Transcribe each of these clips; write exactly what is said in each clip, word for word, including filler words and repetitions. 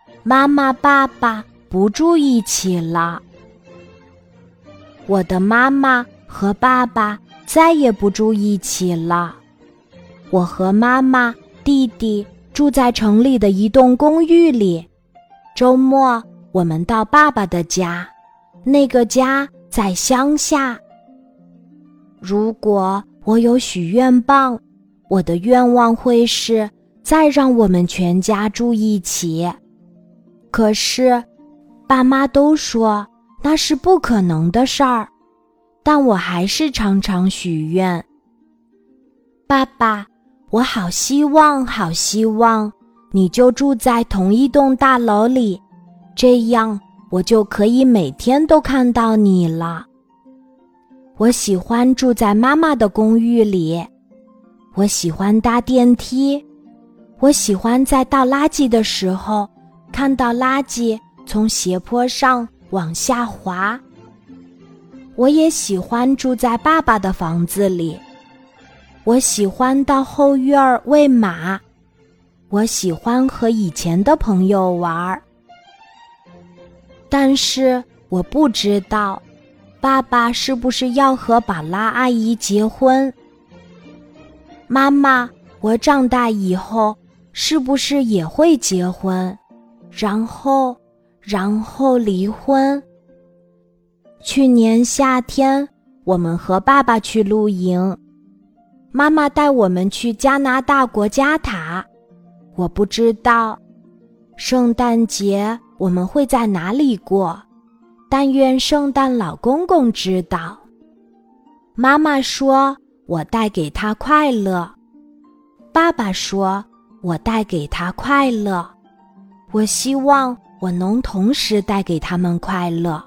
妈妈、爸爸不住一起了。我的妈妈和爸爸再也不住一起了。我和妈妈、弟弟住在城里的一栋公寓里。周末我们到爸爸的家，那个家在乡下。如果我有许愿棒，我的愿望会是再让我们全家住一起。可是爸妈都说那是不可能的事儿，但我还是常常许愿。爸爸，我好希望好希望你就住在同一栋大楼里，这样我就可以每天都看到你了。我喜欢住在妈妈的公寓里，我喜欢搭电梯，我喜欢在倒垃圾的时候看到垃圾从斜坡上往下滑。我也喜欢住在爸爸的房子里，我喜欢到后院儿喂马，我喜欢和以前的朋友玩。但是我不知道爸爸是不是要和宝拉阿姨结婚？妈妈，我长大以后是不是也会结婚？然后，然后离婚？去年夏天，我们和爸爸去露营，妈妈带我们去加拿大国家塔。我不知道圣诞节我们会在哪里过，但愿圣诞老公公知道。妈妈说我带给他快乐，爸爸说我带给他快乐，我希望我能同时带给他们快乐。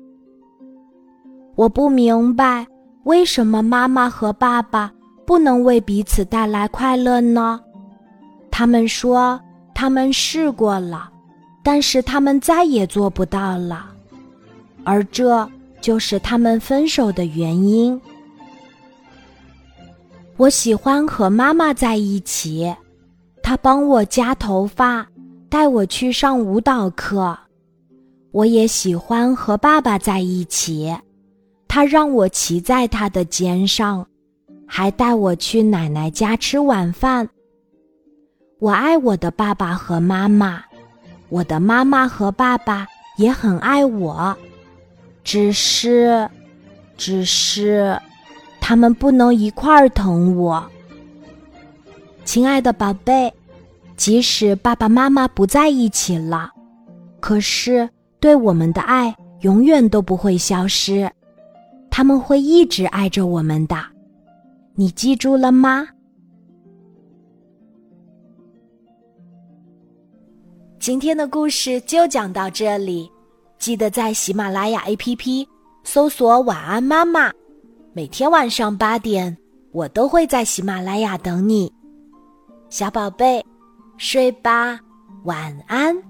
我不明白为什么妈妈和爸爸不能为彼此带来快乐呢？他们说他们试过了，但是他们再也做不到了，而这就是他们分手的原因。我喜欢和妈妈在一起，她帮我夹头发，带我去上舞蹈课。我也喜欢和爸爸在一起，他让我骑在他的肩上，还带我去奶奶家吃晚饭。我爱我的爸爸和妈妈，我的妈妈和爸爸也很爱我，只是，只是，他们不能一块儿疼我。亲爱的宝贝，即使爸爸妈妈不在一起了，可是对我们的爱永远都不会消失，他们会一直爱着我们的。你记住了吗？今天的故事就讲到这里，记得在喜马拉雅 A P P 搜索晚安妈妈，每天晚上八点，我都会在喜马拉雅等你。小宝贝，睡吧，晚安。